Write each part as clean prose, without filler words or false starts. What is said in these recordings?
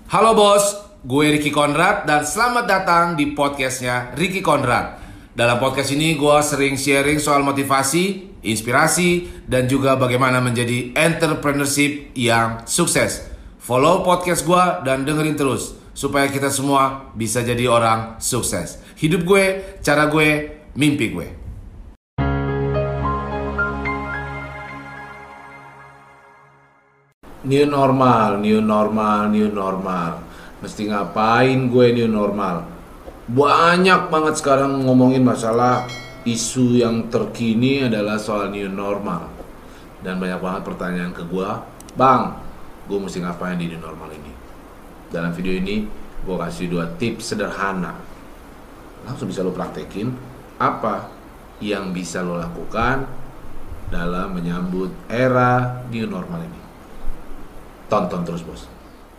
Halo bos, gue Ricky Conrad dan selamat datang di podcastnya Ricky Conrad. Dalam podcast ini gue sering sharing soal motivasi, inspirasi, dan juga bagaimana menjadi entrepreneurship yang sukses. Follow podcast gue dan dengerin terus supaya kita semua bisa jadi orang sukses. Hidup gue, cara gue, mimpi gue. New normal. Mesti ngapain gue new normal? Banyak banget sekarang ngomongin masalah isu yang terkini adalah soal new normal. Dan banyak banget pertanyaan ke gue, Bang, gue mesti ngapain di new normal ini? Dalam video ini gue kasih 2 tips sederhana. Langsung bisa lo praktekin apa yang bisa lo lakukan dalam menyambut era new normal ini. Tonton terus bos.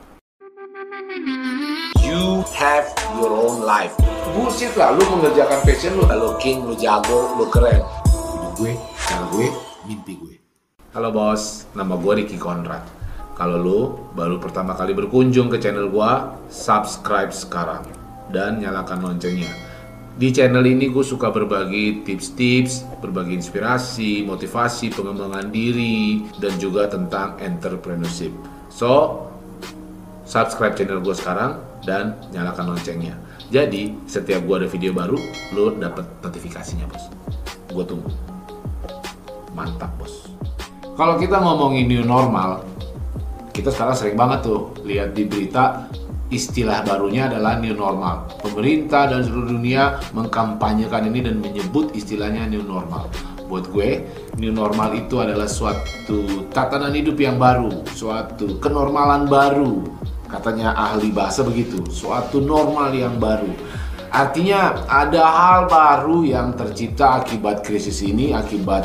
You have your own life. Bullshit lah, lu mengerjakan passion lu. Lu king, lu jago, lu keren. Hidup gue, cara gue, mimpi gue. Halo bos, nama gue Ricky Conrad. Kalau lu baru pertama kali berkunjung ke channel gue, subscribe sekarang dan nyalakan loncengnya. Di channel ini gue suka berbagi tips-tips, berbagi inspirasi, motivasi, pengembangan diri, dan juga tentang entrepreneurship. So, subscribe channel gue sekarang dan nyalakan loncengnya. Jadi, setiap gue ada video baru, lo dapet notifikasinya, bos. Gue tunggu. Mantap, bos. Kalau kita ngomongin new normal, kita sekarang sering banget tuh lihat di berita istilah barunya adalah new normal. Pemerintah dan seluruh dunia mengkampanyekan ini dan menyebut istilahnya new normal. Buat gue, new normal itu adalah suatu tatanan hidup yang baru, suatu kenormalan baru. Katanya ahli bahasa begitu, suatu normal yang baru. Artinya ada hal baru yang tercipta akibat krisis ini, akibat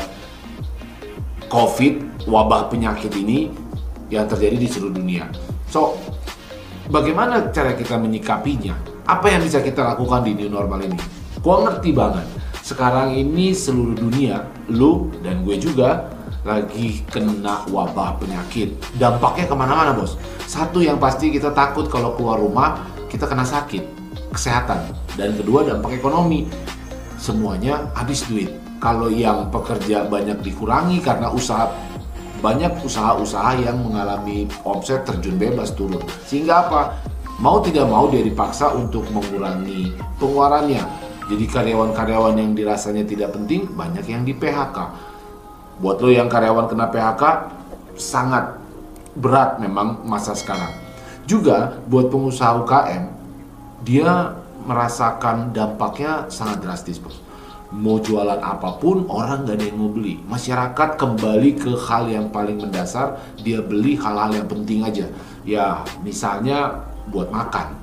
COVID, wabah penyakit ini yang terjadi di seluruh dunia. So, bagaimana cara kita menyikapinya? Apa yang bisa kita lakukan di new normal ini? Gua ngerti banget. Sekarang ini seluruh dunia, lu dan gue juga lagi kena wabah penyakit. Dampaknya kemana-mana bos. Satu yang pasti kita takut kalau keluar rumah kita kena sakit, kesehatan. Dan kedua dampak ekonomi. Semuanya habis duit. Kalau yang pekerja banyak dikurangi karena banyak usaha-usaha yang mengalami omset terjun bebas turun. Sehingga apa? Mau tidak mau dia dipaksa untuk mengurangi pengeluarannya. Jadi karyawan-karyawan yang dirasanya tidak penting banyak yang di PHK. Buat lo yang karyawan kena PHK sangat berat memang masa sekarang. Juga buat pengusaha UKM dia merasakan dampaknya sangat drastis bos. Mau jualan apapun orang gak ada yang mau beli. Masyarakat kembali ke hal yang paling mendasar, dia beli hal-hal yang penting aja. Ya misalnya buat makan.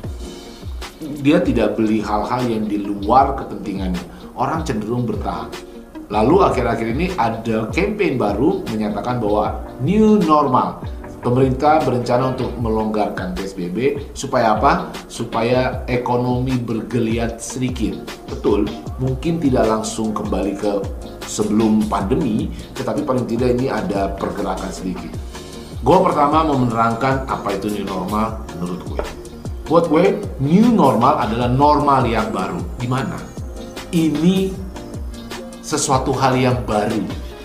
Dia tidak beli hal-hal yang di luar kepentingannya. Orang cenderung bertahan. Lalu akhir-akhir ini ada campaign baru menyatakan bahwa new normal. Pemerintah berencana untuk melonggarkan PSBB supaya apa? Supaya ekonomi bergeliat sedikit. Betul, mungkin tidak langsung kembali ke sebelum pandemi, tetapi paling tidak ini ada pergerakan sedikit. Gue pertama mau menerangkan apa itu new normal menurut gue. Buat gue, new normal adalah normal yang baru. Gimana? Ini sesuatu hal yang baru.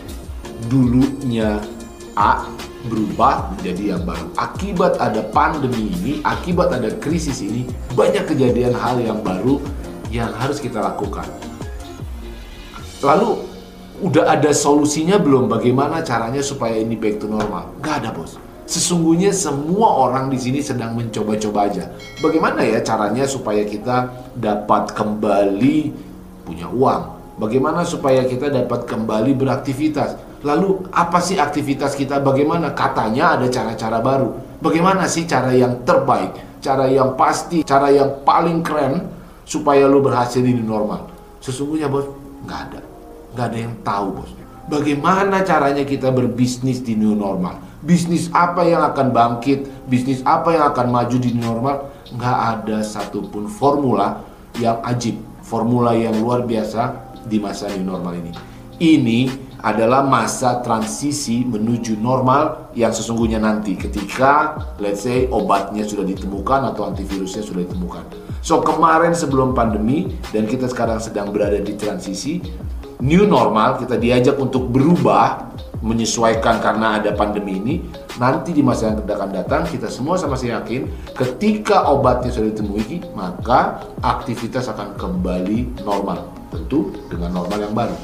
Dulunya A berubah menjadi yang baru. Akibat ada pandemi ini, akibat ada krisis ini, banyak kejadian hal yang baru yang harus kita lakukan. Lalu, udah ada solusinya belum? Bagaimana caranya supaya ini back to normal? Gak ada bos. Sesungguhnya semua orang di sini sedang mencoba-coba aja. Bagaimana ya caranya supaya kita dapat kembali punya uang? Bagaimana supaya kita dapat kembali beraktivitas? Lalu apa sih aktivitas kita? Bagaimana? Katanya ada cara-cara baru. Bagaimana sih cara yang terbaik? Cara yang pasti, cara yang paling keren supaya lo berhasil di new normal? Sesungguhnya bos, nggak ada. Nggak ada yang tahu bos. Bagaimana caranya kita berbisnis di new normal? Bisnis apa yang akan bangkit? Bisnis apa yang akan maju di new normal? Nggak ada satupun formula yang ajib, formula yang luar biasa di masa new normal ini. Ini adalah masa transisi menuju normal yang sesungguhnya nanti ketika let's say obatnya sudah ditemukan atau antivirusnya sudah ditemukan. So kemarin sebelum pandemi dan kita sekarang sedang berada di transisi new normal, kita diajak untuk berubah menyesuaikan karena ada pandemi ini. Nanti di masa yang akan datang kita semua sama-sama yakin ketika obatnya sudah ditemui maka aktivitas akan kembali normal, tentu dengan normal yang baru.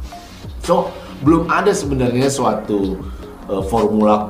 So belum ada sebenarnya suatu formula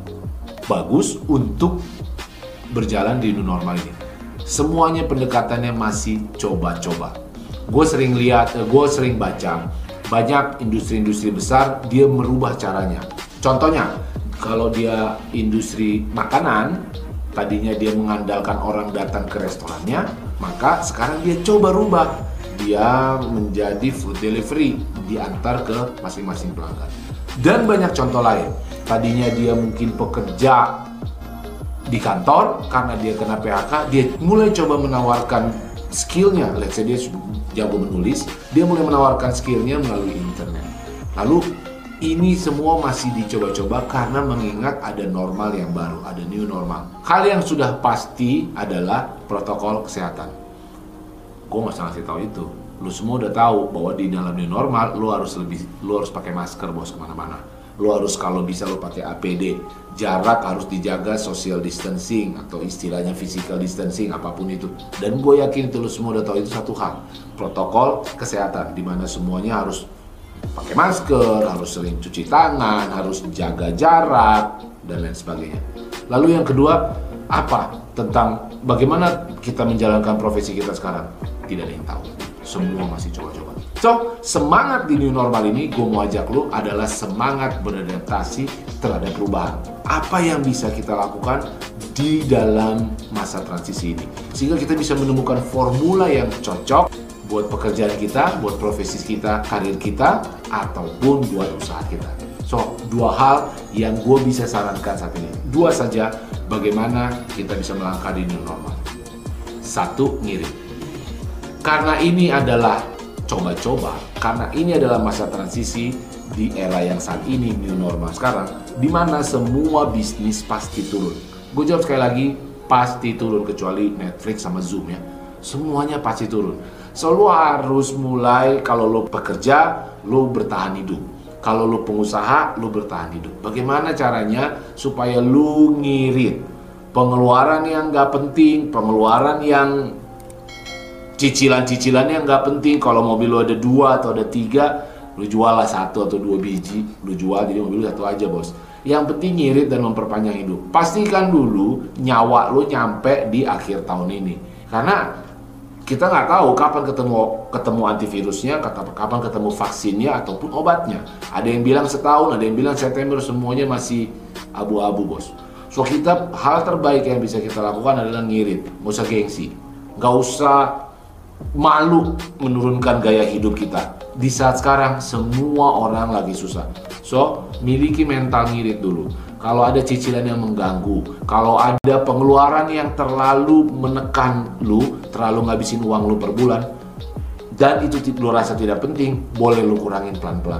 bagus untuk berjalan di new normal ini. Semuanya pendekatannya masih coba-coba. Gue sering lihat, gue sering baca banyak industri-industri besar dia merubah caranya. Contohnya, kalau dia industri makanan, tadinya dia mengandalkan orang datang ke restorannya, maka sekarang dia coba rubah. Dia menjadi food delivery, diantar ke masing-masing pelanggan. Dan banyak contoh lain. Tadinya dia mungkin pekerja di kantor, karena dia kena PHK, dia mulai coba menawarkan skillnya. Let's say dia jago menulis, dia mulai menawarkan skillnya melalui internet. Lalu ini semua masih dicoba-coba karena mengingat ada normal yang baru, ada new normal. Hal yang sudah pasti adalah protokol kesehatan. Gue nggak usah ngasih tahu itu. Lu semua udah tahu bahwa di dalam new normal lu harus pakai masker bos kemana-mana. Lu harus kalau bisa lu pakai APD. Jarak harus dijaga, social distancing atau istilahnya physical distancing, apapun itu. Dan gue yakin itu lu semua udah tahu itu satu hal, protokol kesehatan, di mana semuanya harus pakai masker, harus sering cuci tangan, harus jaga jarak dan lain sebagainya. Lalu yang kedua, apa tentang bagaimana kita menjalankan profesi kita sekarang? Tidak ada yang tahu. Semua masih coba-coba. So, semangat di new normal ini gue mau ajak lu adalah semangat beradaptasi terhadap perubahan. Apa yang bisa kita lakukan di dalam masa transisi ini sehingga kita bisa menemukan formula yang cocok buat pekerjaan kita, buat profesi kita, karir kita, ataupun buat usaha kita. So, dua hal yang gue bisa sarankan saat ini. Dua saja bagaimana kita bisa melangkah di new normal. Satu, ngirit. Karena ini adalah coba-coba, karena ini adalah masa transisi di era yang saat ini, new normal sekarang, di mana semua bisnis pasti turun. Gue jawab sekali lagi, pasti turun, kecuali Netflix sama Zoom ya. Semuanya pasti turun. So, lu harus mulai, kalau lu pekerja, lu bertahan hidup. Kalau lu pengusaha, lu bertahan hidup. Bagaimana caranya supaya lu ngirit pengeluaran yang gak penting, pengeluaran yang cicilan-cicilan yang nggak penting. Kalau mobil lo ada 2 atau ada 3, lo jual lah 1 atau 2 biji, lo jual jadi mobil lo 1 aja bos. Yang penting ngirit dan memperpanjang hidup. Pastikan dulu nyawa lo nyampe di akhir tahun ini, karena kita nggak tahu kapan ketemu antivirusnya, kapan ketemu vaksinnya ataupun obatnya. Ada yang bilang setahun, ada yang bilang September, semuanya masih abu-abu bos. So kita, hal terbaik yang bisa kita lakukan adalah ngirit, nggak usah gengsi, nggak usah malu menurunkan gaya hidup kita. Di saat sekarang semua orang lagi susah. So, miliki mental ngirit dulu. Kalau ada cicilan yang mengganggu, kalau ada pengeluaran yang terlalu menekan lu, terlalu ngabisin uang lu per bulan, dan itu lu rasa tidak penting, boleh lu kurangin pelan-pelan.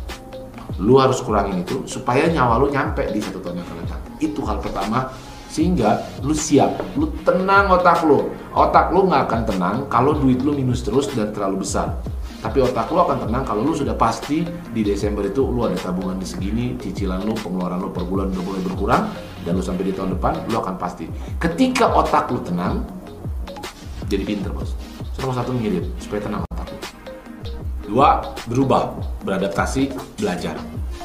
Lu harus kurangin itu supaya nyawa lu nyampe di 1 tahun yang akan datang. Itu hal pertama. Sehingga lu siap, lu tenang otak lu. Otak lu nggak akan tenang kalau duit lu minus terus dan terlalu besar. Tapi otak lu akan tenang kalau lu sudah pasti di Desember itu lu ada tabungan di segini, cicilan lu, pengeluaran lu per bulan udah mulai berkurang, dan lu sampai di tahun depan lu akan pasti. Ketika otak lu tenang, jadi pinter bos. Nomor 1 ngirit supaya tenang otak lu. 2, berubah, beradaptasi, belajar.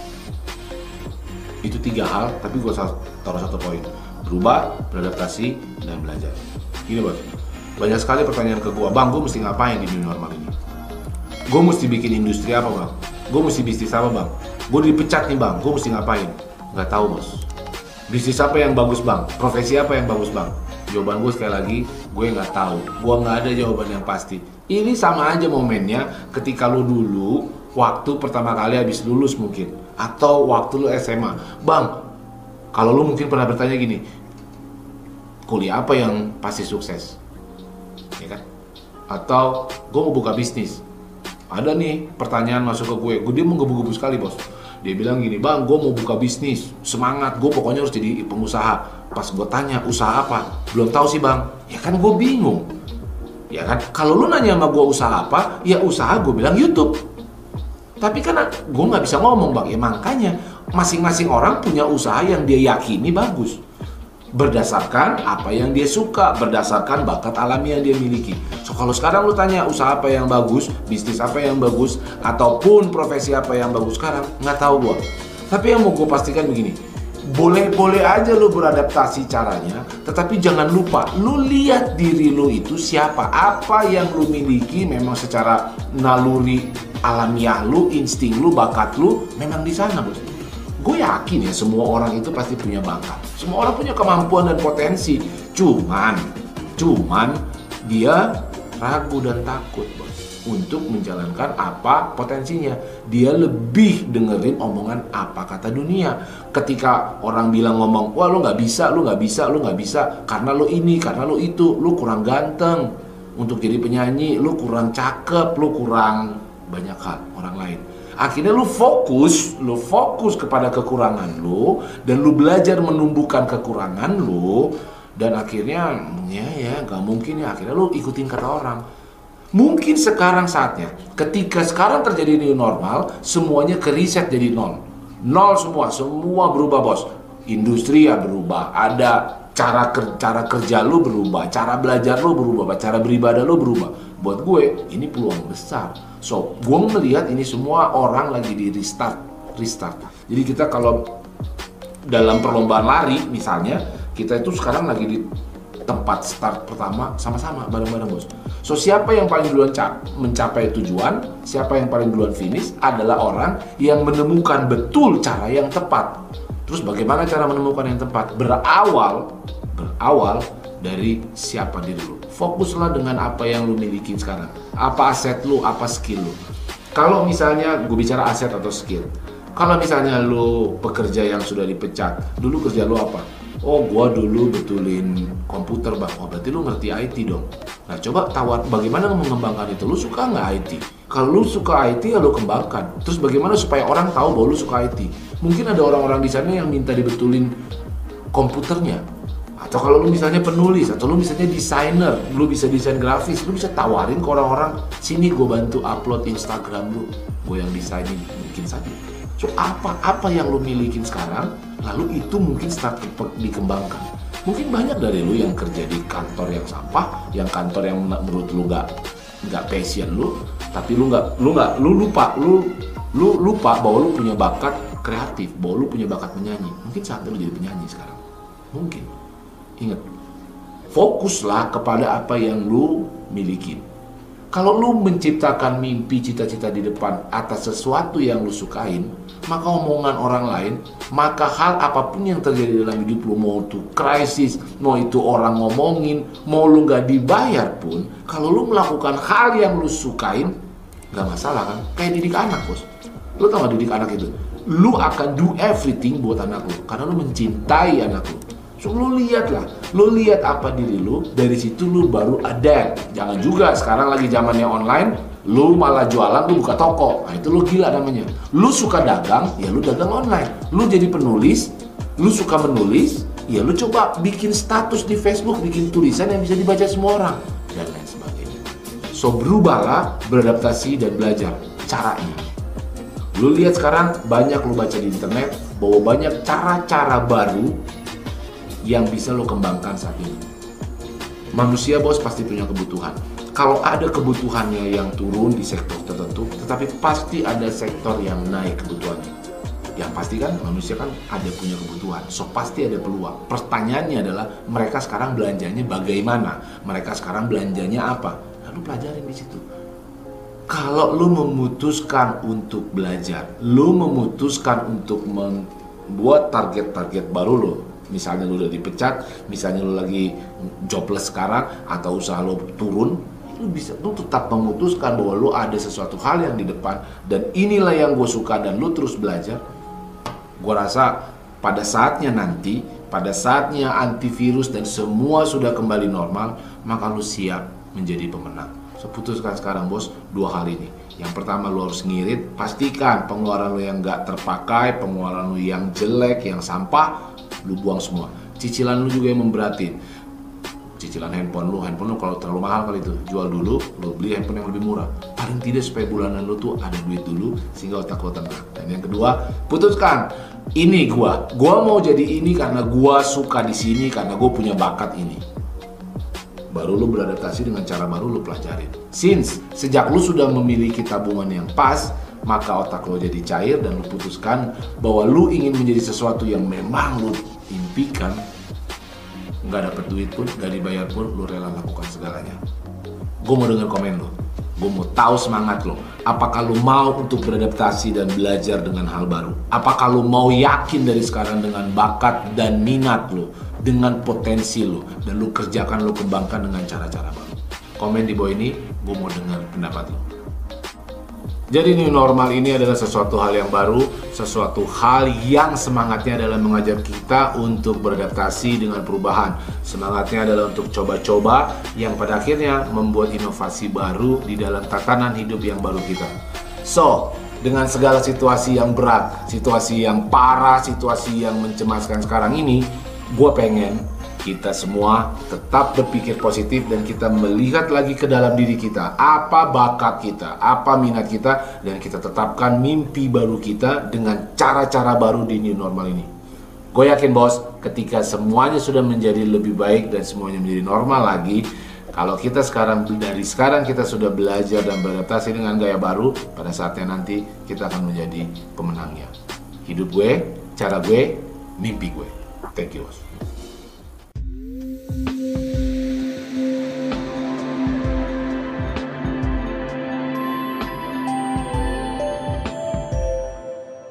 Itu 3 hal, tapi gue taruh 1 poin. Berubah, beradaptasi, dan belajar. Gini bos, banyak sekali pertanyaan ke gue, bang, gue mesti ngapain di new normal ini? Gue mesti bikin industri apa bang? Gue mesti bisnis apa bang? Gue dipecat nih bang, gue mesti ngapain? Gak tahu bos. Bisnis apa yang bagus bang? Profesi apa yang bagus bang? Jawaban gue sekali lagi, gue gak tahu. Gue gak ada jawaban yang pasti. Ini sama aja momennya ketika lu dulu, waktu pertama kali habis lulus mungkin, atau waktu lu SMA. Bang, kalau lu mungkin pernah bertanya gini, kuliah apa yang pasti sukses? Ya kan? Atau gue mau buka bisnis. Ada nih pertanyaan masuk ke gue dia menggebu-gebu sekali bos. Dia bilang gini, bang, gue mau buka bisnis, semangat, gue pokoknya harus jadi pengusaha. Pas gue tanya, usaha apa? Belum tahu sih bang. Ya kan gue bingung. Ya kan, kalau lu nanya sama gue usaha apa, ya usaha gue bilang YouTube. Tapi kan gue nggak bisa ngomong bang, ya makanya masing-masing orang punya usaha yang dia yakini bagus. Berdasarkan apa yang dia suka, berdasarkan bakat alami yang dia miliki. So kalau sekarang lu tanya usaha apa yang bagus, bisnis apa yang bagus, ataupun profesi apa yang bagus sekarang, nggak tahu gua. Tapi yang mau gue pastikan begini, boleh-boleh aja lu beradaptasi caranya, tetapi jangan lupa lu lihat diri lu itu siapa, apa yang lu miliki memang secara naluri alamiah lu, insting lu, bakat lu memang di sana bos. Gue yakin ya semua orang itu pasti punya bakat. Semua orang punya kemampuan dan potensi. Cuman dia ragu dan takut bos untuk menjalankan apa potensinya. Dia lebih dengerin omongan apa kata dunia. Ketika orang bilang ngomong, wah lu nggak bisa, karena lu ini, karena lu itu, lu kurang ganteng untuk jadi penyanyi, lu kurang cakep, lu kurang banyak hal orang lain. Akhirnya lu fokus kepada kekurangan lu dan lu belajar menumbuhkan kekurangan lu dan akhirnya ya nggak mungkin ya akhirnya lu ikutin kata orang. Mungkin sekarang saatnya ketika sekarang terjadi new normal semuanya ke reset jadi nol semua berubah bos. Industri ya berubah, ada cara kerja lu berubah, cara belajar lu berubah, cara beribadah lu berubah. Buat gue ini peluang besar. So, gue melihat ini semua orang lagi di restart. Jadi kita kalau dalam perlombaan lari misalnya, kita itu sekarang lagi di tempat start pertama sama-sama bareng-bareng bos. So, siapa yang paling duluan mencapai tujuan, siapa yang paling duluan finish adalah orang yang menemukan betul cara yang tepat. Terus bagaimana cara menemukan yang tepat? Berawal dari siapa diri lu. Fokuslah dengan apa yang lu miliki sekarang. Apa aset lu, apa skill lu. Kalau misalnya gue bicara aset atau skill. Kalau misalnya lu pekerja yang sudah dipecat, dulu kerja lu apa? Oh, gua dulu betulin komputer bang. Oh, berarti lu ngerti IT dong. Nah, coba bagaimana mengembangkan itu? Lu suka nggak IT? Kalau lu suka IT, ya lu kembangkan. Terus bagaimana supaya orang tahu bahwa lu suka IT? Mungkin ada orang-orang di sana yang minta dibetulin komputernya. Atau kalau lu misalnya penulis, atau lu misalnya desainer, lu bisa desain grafis, lu bisa tawarin ke orang-orang, sini gue bantu upload Instagram lu, gue yang desainin, mungkin saja. So apa yang lu milikin sekarang, lalu itu mungkin start dikembangkan. Mungkin banyak dari lu yang kerja di kantor yang sampah, yang kantor yang menurut lu nggak passion lu, tapi lu lupa bahwa lu punya bakat kreatif, bahwa lu punya bakat menyanyi. Mungkin saatnya lu jadi penyanyi sekarang. Mungkin. Ingat, fokuslah kepada apa yang lu miliki. Kalau lu menciptakan mimpi, cita-cita di depan atas sesuatu yang lu sukain, maka omongan orang lain, maka hal apapun yang terjadi dalam hidup lu, mau itu krisis, mau itu orang ngomongin, mau lu gak dibayar pun, kalau lu melakukan hal yang lu sukain, gak masalah kan? Kayak didik anak bos. Lu tau gak didik anak itu? Lu akan do everything buat anak lu, karena lu mencintai anak lu. So lu lihat apa diri lu, dari situ lu baru adapt. Jangan juga sekarang lagi zamannya online, lu malah jualan, lu buka toko. Nah itu lu gila namanya. Lu suka dagang, ya lu dagang online. Lu jadi penulis, lu suka menulis, ya lu coba bikin status di Facebook, bikin tulisan yang bisa dibaca semua orang, dan lain sebagainya. So berubahlah, beradaptasi dan belajar caranya. Lu lihat sekarang banyak lu baca di internet bahwa banyak cara-cara baru yang bisa lo kembangkan saat ini. Manusia bos pasti punya kebutuhan. Kalau ada kebutuhannya yang turun di sektor tertentu, tetapi pasti ada sektor yang naik kebutuhannya. Yang pasti kan manusia kan ada punya kebutuhan, so pasti ada peluang. Pertanyaannya adalah mereka sekarang belanjanya bagaimana? Mereka sekarang belanjanya apa? Lalu pelajarin di situ. Kalau lo memutuskan untuk belajar, lo memutuskan untuk membuat target-target baru lo, misalnya lu udah dipecat, misalnya lu lagi jobless sekarang, atau usaha lu turun, lu tetap memutuskan bahwa lu ada sesuatu hal yang di depan, dan inilah yang gue suka, dan lu terus belajar. Gue rasa pada saatnya nanti, pada saatnya antivirus dan semua sudah kembali normal, maka lu siap menjadi pemenang. Putuskan sekarang bos, 2 hal ini. Yang pertama lu harus ngirit, pastikan pengeluaran lu yang nggak terpakai, pengeluaran lu yang jelek, yang sampah, lu buang semua. Cicilan lu juga yang memberatin. Cicilan handphone lu kalau terlalu mahal kali itu, jual dulu, lu beli handphone yang lebih murah. Paling tidak supaya bulanan lu tuh ada duit dulu, sehingga otak lu tenang. Dan yang kedua, putuskan, ini gua mau jadi ini karena gua suka di sini, karena gua punya bakat ini. Baru lu beradaptasi dengan cara baru lu pelajarin. Sejak lu sudah memiliki tabungan yang pas, maka otak lu jadi cair dan lu putuskan bahwa lu ingin menjadi sesuatu yang memang lu impikan. Nggak dapet duit pun, nggak dibayar pun, lu rela lakukan segalanya. Gue mau denger komen lu. Gue mau tahu semangat lo. Apakah lo mau untuk beradaptasi dan belajar dengan hal baru? Apakah lo mau yakin dari sekarang dengan bakat dan minat lo, dengan potensi lo, dan lo kerjakan, lo kembangkan dengan cara-cara baru? Komen di bawah ini, gue mau dengar pendapat lo. Jadi new normal ini adalah sesuatu hal yang baru, sesuatu hal yang semangatnya adalah mengajar kita untuk beradaptasi dengan perubahan. Semangatnya adalah untuk coba-coba yang pada akhirnya membuat inovasi baru di dalam tatanan hidup yang baru kita. So, dengan segala situasi yang berat, situasi yang parah, situasi yang mencemaskan sekarang ini, gue pengen kita semua tetap berpikir positif dan kita melihat lagi ke dalam diri kita. Apa bakat kita, apa minat kita, dan kita tetapkan mimpi baru kita dengan cara-cara baru di new normal ini. Gue yakin bos, ketika semuanya sudah menjadi lebih baik dan semuanya menjadi normal lagi, kalau kita dari sekarang kita sudah belajar dan beradaptasi dengan gaya baru, pada saatnya nanti kita akan menjadi pemenangnya. Hidup gue, cara gue, mimpi gue. Thank you bos.